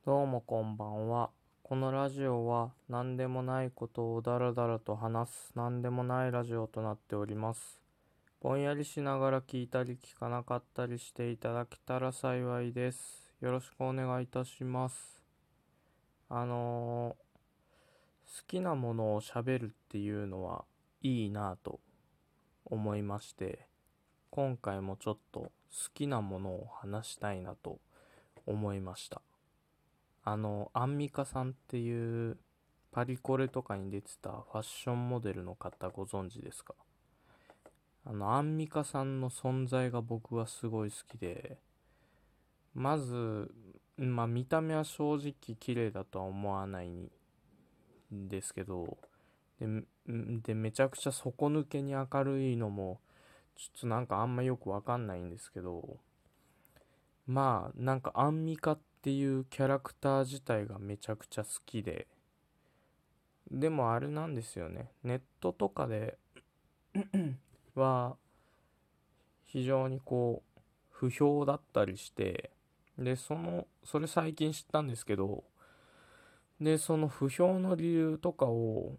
どうもこんばんは。このラジオは何でもないことをダラダラと話す何でもないラジオとなっております。ぼんやりしながら聞いたり聞かなかったりしていただけたら幸いです。よろしくお願いいたします。好きなものを喋るっていうのはいいなぁと思いまして、今回もちょっと好きなものを話したいなと思いました。アンミカさんっていうパリコレとかに出てたファッションモデルの方ご存知ですか？アンミカさんの存在が僕はすごい好きで、まず、見た目は正直綺麗だとは思わないんですけど、めちゃくちゃ底抜けに明るいのも、ちょっとなんかあんまよくわかんないんですけど、なんかアンミカっていうキャラクター自体がめちゃくちゃ好きで、でもあれなんですよね。ネットとかでは非常に不評だったりして、で、それ最近知ったんですけど、で、その不評の理由とかを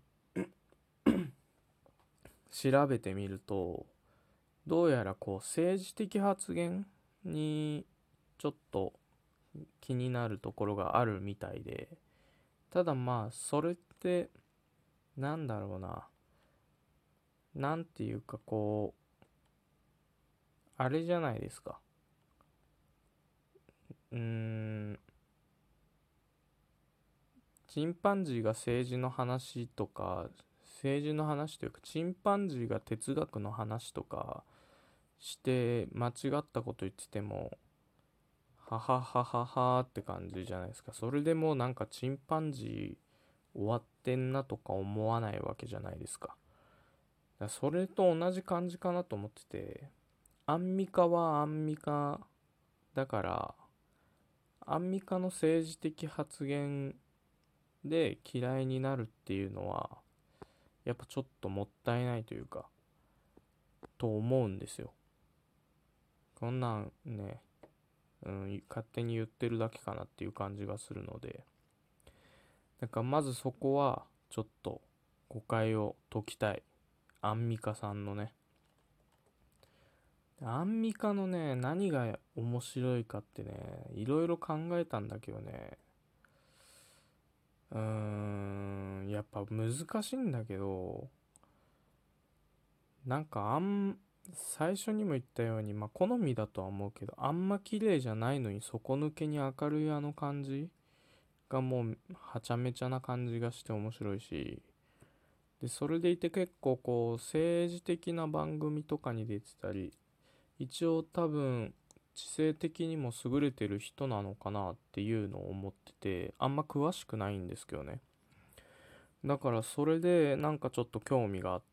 調べてみると、どうやら政治的発言にちょっと気になるところがあるみたいで、ただそれって、なんだろうな、なんていうかあれじゃないですか。うーん、チンパンジーが政治の話とか、政治の話というか、チンパンジーが哲学の話とかして間違ったこと言ってても、はははははって感じじゃないですか。それでもうなんかチンパンジー終わってんなとか思わないわけじゃないですか。だからそれと同じ感じかなと思ってて、アンミカはアンミカだから、アンミカの政治的発言で嫌いになるっていうのは、やっぱちょっともったいないというか、と思うんですよ。こんなんね、勝手に言ってるだけかなっていう感じがするので、だからまずそこはちょっと誤解を解きたい。アンミカさんのね。アンミカのね、何が面白いかってね、いろいろ考えたんだけどね、やっぱ難しいんだけど、なんか最初にも言ったように、好みだとは思うけど、あんま綺麗じゃないのに底抜けに明るいあの感じがもうはちゃめちゃな感じがして面白いし、で、それでいて結構政治的な番組とかに出てたり、一応多分知性的にも優れてる人なのかなっていうのを思ってて、あんま詳しくないんですけどね。だからそれでなんかちょっと興味があって、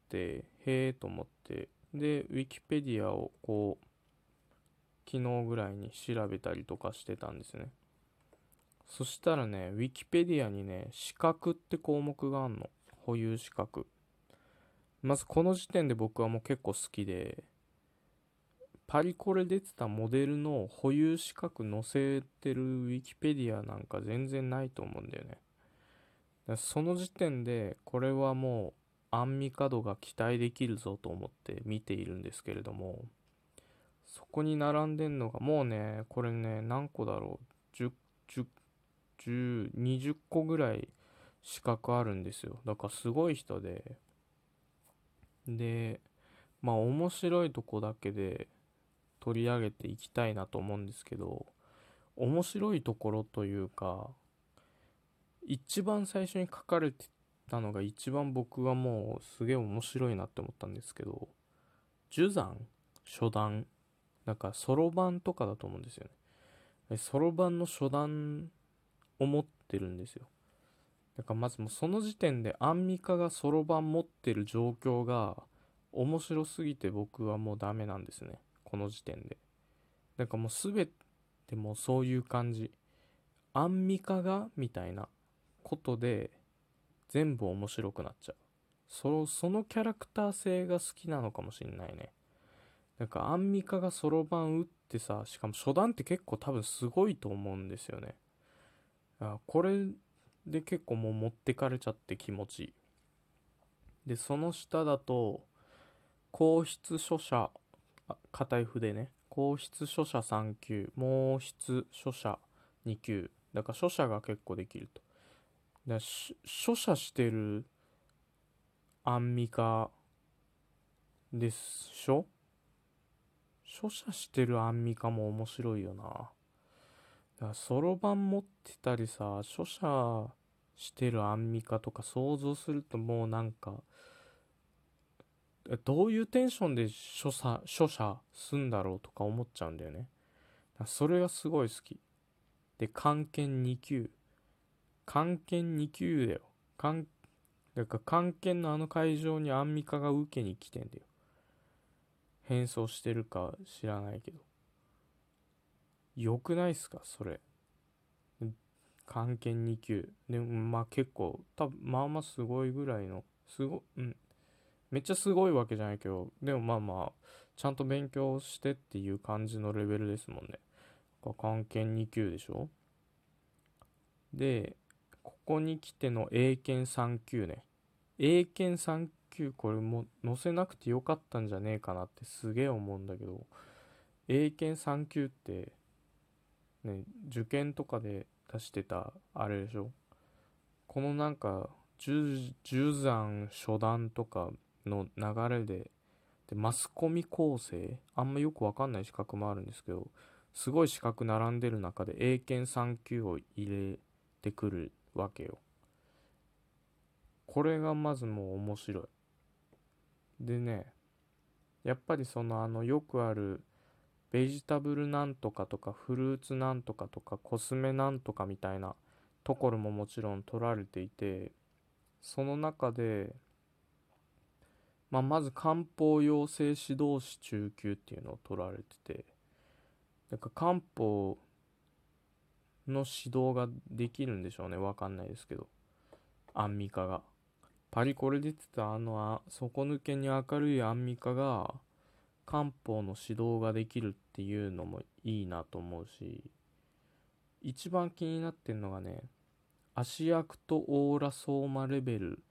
へえと思って、で、ウィキペディアを昨日ぐらいに調べたりとかしてたんですね。そしたらね、ウィキペディアにね、資格って項目があんの。保有資格。まずこの時点で僕はもう結構好きで、パリコレ出てたモデルの保有資格載せてるウィキペディアなんか全然ないと思うんだよね。だからその時点でこれはもうアンミカ度が期待できるぞと思って見ているんですけれども、そこに並んでんのがもうね、これね、何個だろう。10、10、10、20個ぐらい資格あるんですよ。だからすごい人で、で、面白いとこだけで取り上げていきたいなと思うんですけど、面白いところというか、一番最初に書かれてたのが一番僕はもうすげえ面白いなって思ったんですけど、珠算初段、なんかそろばんとかだと思うんですよね。そろばんの初段を持ってるんですよ。だからまずもうその時点でアンミカがそろばん持ってる状況が面白すぎて僕はもうダメなんですね。この時点で。なんかもうすべてもうそういう感じ。アンミカがみたいなことで全部面白くなっちゃう。そのキャラクター性が好きなのかもしんないね。なんかアンミカがそろばん打ってさ、しかも初段って結構多分すごいと思うんですよね。 これで結構もう持ってかれちゃって気持ちいい。で、その下だと、硬筆書写、硬い筆ね。硬筆書写3級、毛筆書写2級。だから書写が結構できると。書写してるアンミカでしょ。書写してるアンミカも面白いよな。だからそろばん持ってたりさ、書写してるアンミカとか想像するともうなんか、どういうテンションで書写すんだろうとか思っちゃうんだよね。だからそれがすごい好き。で、漢検2級。漢検2級だよ。だから漢検のあの会場にアンミカが受けに来てんだよ。変装してるか知らないけど。よくないっすかそれ。漢検2級。でもまあ結構、多分まあまあすごいぐらいの、めっちゃすごいわけじゃないけど、でもまあまあ、ちゃんと勉強してっていう感じのレベルですもんね。漢検2級でしょ。で、ここに来ての英検3級ね。英検3級これも載せなくてよかったんじゃねえかなってすげえ思うんだけど、英検3級ってね、受験とかで出してたあれでしょ。このなんか、十山初段とかの流れで、マスコミ構成、あんまよくわかんない資格もあるんですけど、すごい資格並んでる中で英検3級を入れてくるわけよ。これがまずもう面白い。でね、やっぱりよくあるベジタブルなんとかとかフルーツなんとかとかコスメなんとかみたいなところももちろん取られていて、その中で、まず漢方養成指導士中級っていうのを取られてて、だから漢方の指導ができるんでしょうね。わかんないですけど。アンミカが。パリコレで言ってた底抜けに明るいアンミカが漢方の指導ができるっていうのもいいなと思うし、一番気になってんのがね、足役とオーラソーマレベル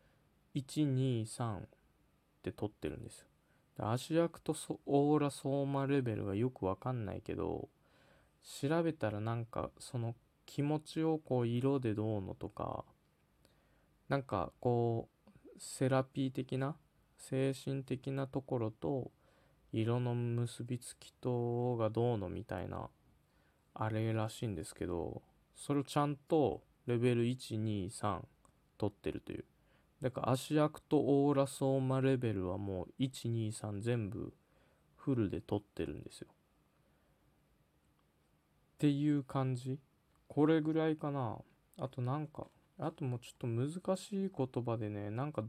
123って取ってるんですよ。足役とオーラソーマレベルがよくわかんないけど、調べたらなんかその気持ちをこう色でどうのとか、なんかこうセラピー的な精神的なところと色の結びつきとがどうのみたいなあれらしいんですけど、それをちゃんとレベル123取ってるという。だから足役とオーラソーマレベルはもう123全部フルで取ってるんですよっていう感じ。これぐらいかな。あとなんか、あともうちょっと難しい言葉でね、なんか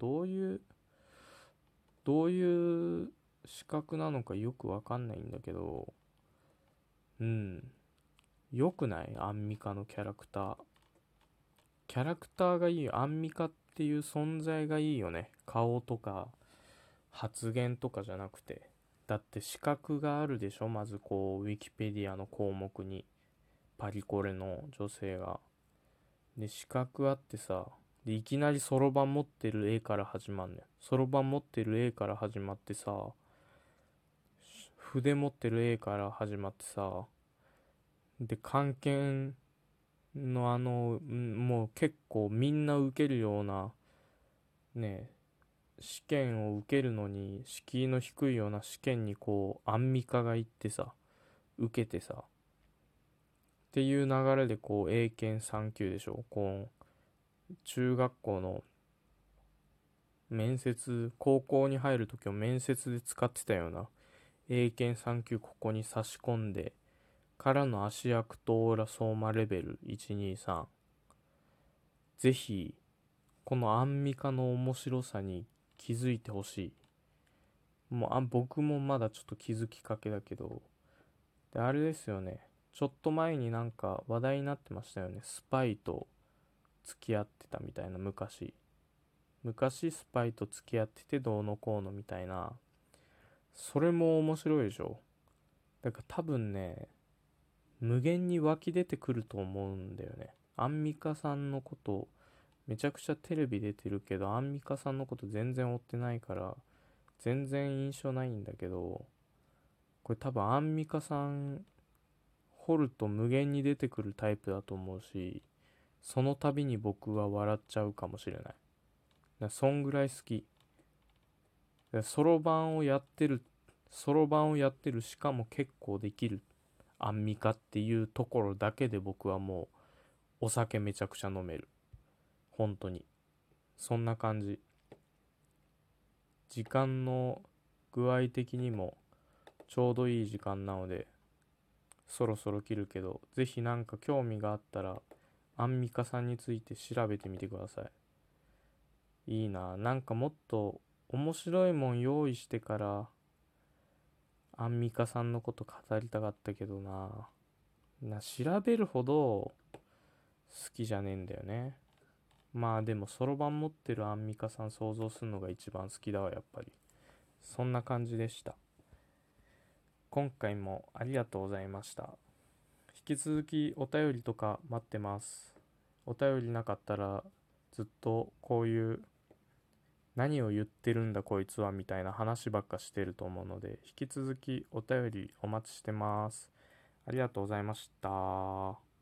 どういう資格なのかよくわかんないんだけど、うん。よくないアンミカのキャラクター。キャラクターがいいよ。アンミカっていう存在がいいよね。顔とか発言とかじゃなくて。だって資格があるでしょ。まずこう、ウィキペディアの項目に。パリコレの女性が。で、資格あってさ、で、いきなりそろばん持ってる A から始まんねん。そろばん持ってる A から始まってさ、筆持ってる A から始まってさ、で、漢検のもう結構みんな受けるような、ね、試験を受けるのに敷居の低いような試験にこう、アンミカが行ってさ、受けてさ、っていう流れでこう、英検3級でしょ。こう、中学校の面接、高校に入るときを面接で使ってたような英検3級ここに差し込んでからの足役とオーラソーマレベル123。ぜひ、このアンミカの面白さに気づいてほしい。僕もまだちょっと気づきかけだけど、で、あれですよね。ちょっと前になんか話題になってましたよね。スパイと付き合ってたみたいな昔スパイと付き合っててどうのこうのみたいな。それも面白いでしょ。だから多分ね、無限に湧き出てくると思うんだよね。 アンミカさんのことめちゃくちゃテレビ出てるけど、アンミカさんのこと全然追ってないから全然印象ないんだけど、これ多分アンミカさん掘ると無限に出てくるタイプだと思うし、その度に僕は笑っちゃうかもしれない。そんぐらい好き。そろばんをやってる、そろばんをやってる、しかも結構できるアンミカっていうところだけで僕はもうお酒めちゃくちゃ飲める。本当に。そんな感じ。時間の具合的にもちょうどいい時間なので、そろそろ切るけど、ぜひなんか興味があったら、アンミカさんについて調べてみてください。いいな。なんかもっと面白いもん用意してから、アンミカさんのこと語りたかったけど調べるほど好きじゃねえんだよね。まあでも、そろばん持ってるアンミカさん想像するのが一番好きだわ、やっぱり。そんな感じでした。今回もありがとうございました。引き続きお便りとか待ってます。お便りなかったらずっとこういう何を言ってるんだこいつはみたいな話ばっかしてると思うので、引き続きお便りお待ちしてます。ありがとうございました。